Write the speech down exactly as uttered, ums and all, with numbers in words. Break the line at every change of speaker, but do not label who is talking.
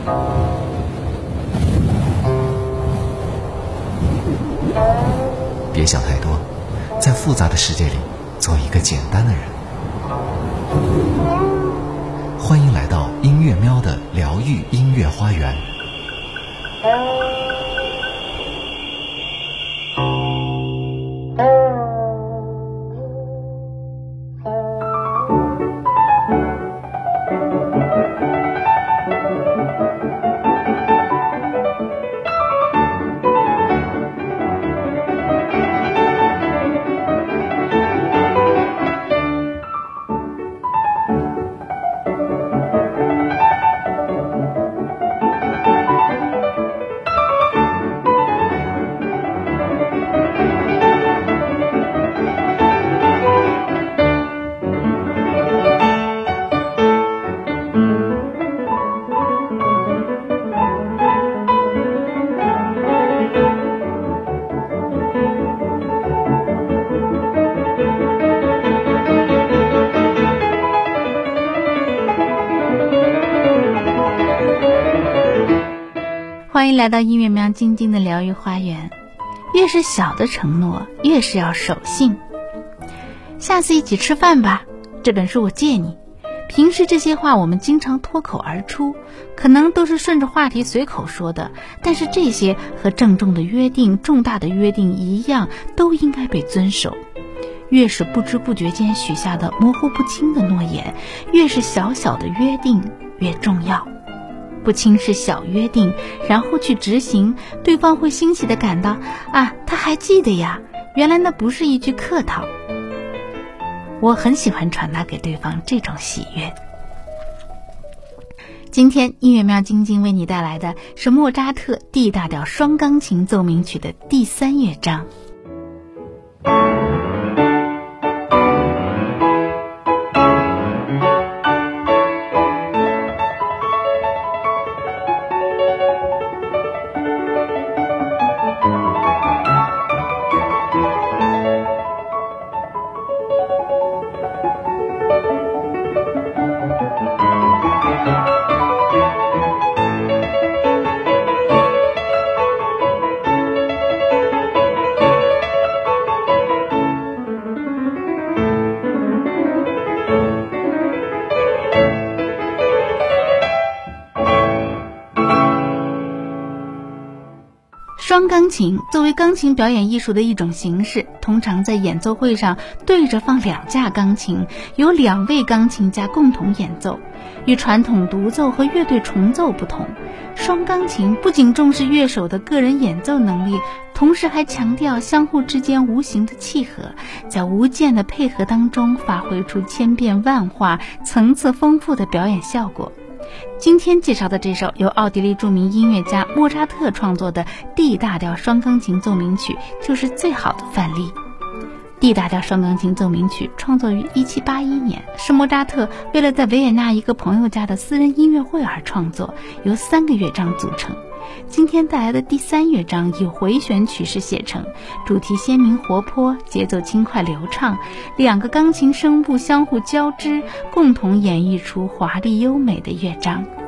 别想太多，在复杂的世界里做一个简单的人。欢迎来到音乐喵的疗愈音乐花园。
欢迎来到音乐喵晶晶的疗愈花园。越是小的承诺，越是要守信。下次一起吃饭吧，这本书我借你。平时这些话我们经常脱口而出，可能都是顺着话题随口说的，但是这些和郑重的约定、重大的约定一样，都应该被遵守。越是不知不觉间许下的模糊不清的诺言，越是小小的约定越重要。不轻视小约定，然后去执行，对方会欣喜地感到啊，他还记得呀，原来那不是一句客套。我很喜欢传达给对方这种喜悦。今天音乐喵晶晶为你带来的是莫扎特 D 大调双钢琴奏鸣曲的第三乐章。双钢琴作为钢琴表演艺术的一种形式，通常在演奏会上对着放两架钢琴，由两位钢琴家共同演奏。与传统独奏和乐队重奏不同，双钢琴不仅重视乐手的个人演奏能力，同时还强调相互之间无形的契合，在无间的配合当中发挥出千变万化、层次丰富的表演效果。今天介绍的这首由奥地利著名音乐家莫扎特创作的 D 大调双钢琴奏鸣曲就是最好的范例。D 大调双钢琴奏鸣曲创作于一七八一年，是莫扎特为了在维也纳一个朋友家的私人音乐会而创作，由三个乐章组成。今天带来的第三乐章以回旋曲式写成，主题鲜明活泼，节奏轻快流畅，两个钢琴声部相互交织，共同演绎出华丽优美的乐章。